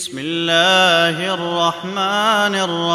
بسم الله الرحمن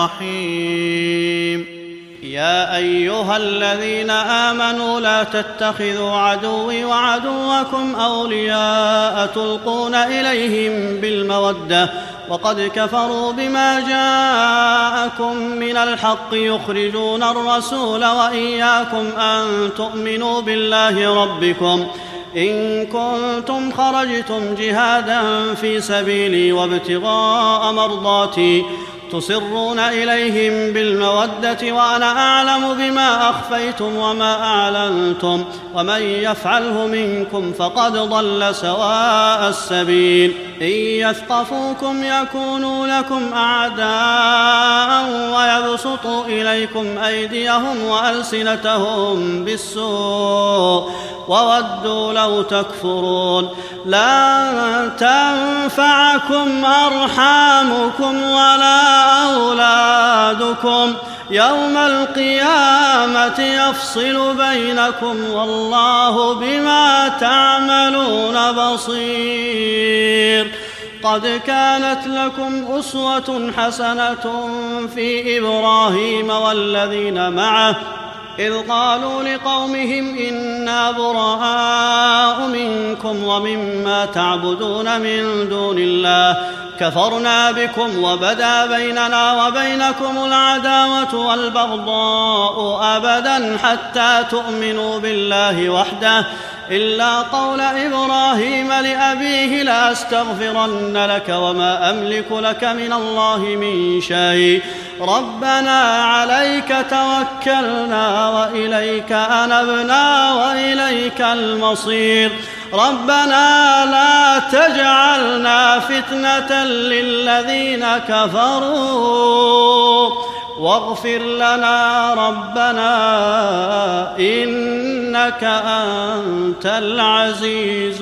الرحيم يا أيها الذين آمنوا لا تتخذوا عدوي وعدوكم أولياء تلقون إليهم بالمودة وقد كفروا بما جاءكم من الحق يخرجون الرسول وإياكم أن تؤمنوا بالله ربكم إن كنتم خرجتم جهادا في سبيلي وابتغاء مرضاتي تصرون إليهم بالمودة وأنا أعلم بما أخفيتم وما أعلنتم ومن يفعله منكم فقد ضل سواء السبيل إن يثقفوكم يكونوا لكم أعداء ويبسطوا إليكم أيديهم وألسنتهم بالسوء وودوا لو تكفرون لن تنفعكم أرحامكم ولا أولادكم يوم القيامة يفصل بينكم والله بما تعملون بصير قد كانت لكم أسوة حسنة في إبراهيم والذين معه إذ قالوا لقومهم إنا براء منكم ومما تعبدون من دون الله كفرنا بكم وبدا بيننا وبينكم العداوة والبغضاء أبدا حتى تؤمنوا بالله وحده إلا قول إبراهيم لأبيه لأستغفرن لك وما أملك لك من الله من شيء ربنا عليك توكلنا وإليك أنبنا وإليك المصير ربنا لا تجعلنا فتنة للذين كفروا واغفر لنا ربنا إنك أنت العزيز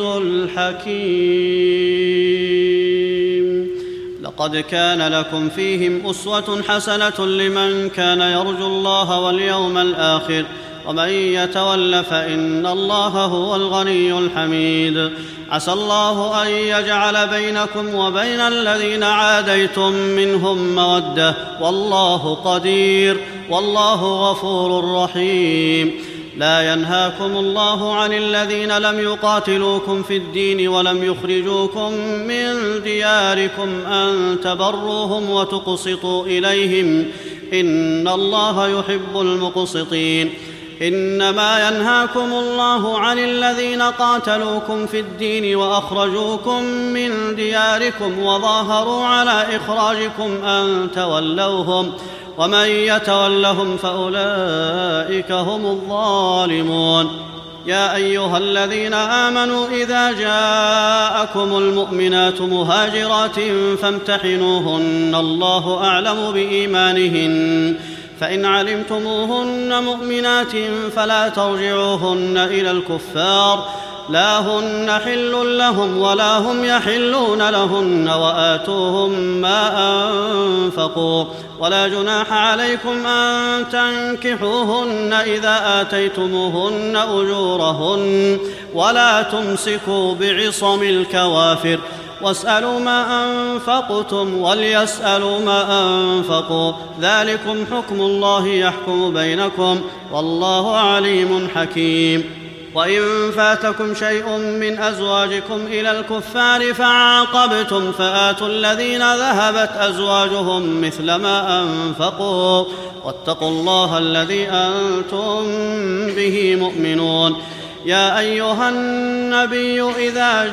الحكيم لقد كان لكم فيهم أسوة حسنة لمن كان يرجو الله واليوم الآخر ومن يتول فإن الله هو الغني الحميد عسى الله أن يجعل بينكم وبين الذين عاديتم منهم مودة والله قدير والله غفور رحيم لا ينهاكم الله عن الذين لم يقاتلوكم في الدين ولم يخرجوكم من دياركم أن تبروهم وتقسطوا إليهم إن الله يحب المقسطين إنما ينهاكم الله عن الذين قاتلوكم في الدين وأخرجوكم من دياركم وظاهروا على إخراجكم أن تولوهم ومن يتولهم فأولئك هم الظالمون يا أيها الذين آمنوا إذا جاءكم المؤمنات مهاجرات فامتحنوهن الله أعلم بإيمانهن فإن علمتموهن مؤمنات فلا ترجعوهن إلى الكفار لا هن حل لهم ولا هم يحلون لهن وآتوهم ما أنفقوا ولا جناح عليكم أن تنكحوهن إذا آتيتموهن أجورهن ولا تمسكوا بعصم الكوافر واسألوا ما أنفقتم وليسألوا ما أنفقوا ذلكم حكم الله يحكم بينكم والله عليم حكيم وإن فاتكم شيء من أزواجكم إلى الكفار فعاقبتم فآتوا الذين ذهبت أزواجهم مثل ما أنفقوا واتقوا الله الذي أنتم به مؤمنون يا أيها النبي إذا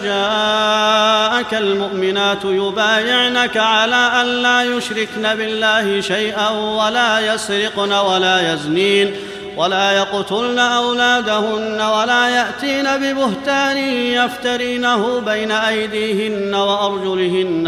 جاءك المؤمنات يبايعنك على أن لا يشركن بالله شيئا ولا يسرقن ولا يزنين ولا يقتلن أولادهن ولا يأتين ببهتان يفترينه بين أيديهن وأرجلهن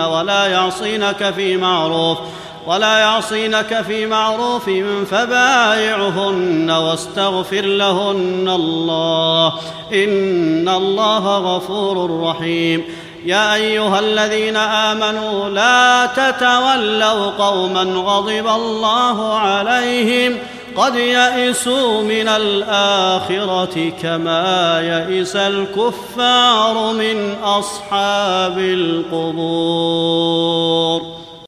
ولا يعصينك في معروف فبايعهن واستغفر لهن الله إن الله غفور رحيم يا أيها الذين آمنوا لا تتولوا قوما غضب الله عليهم قد يئسوا من الآخرة كما يئس الكفار من أصحاب القبور.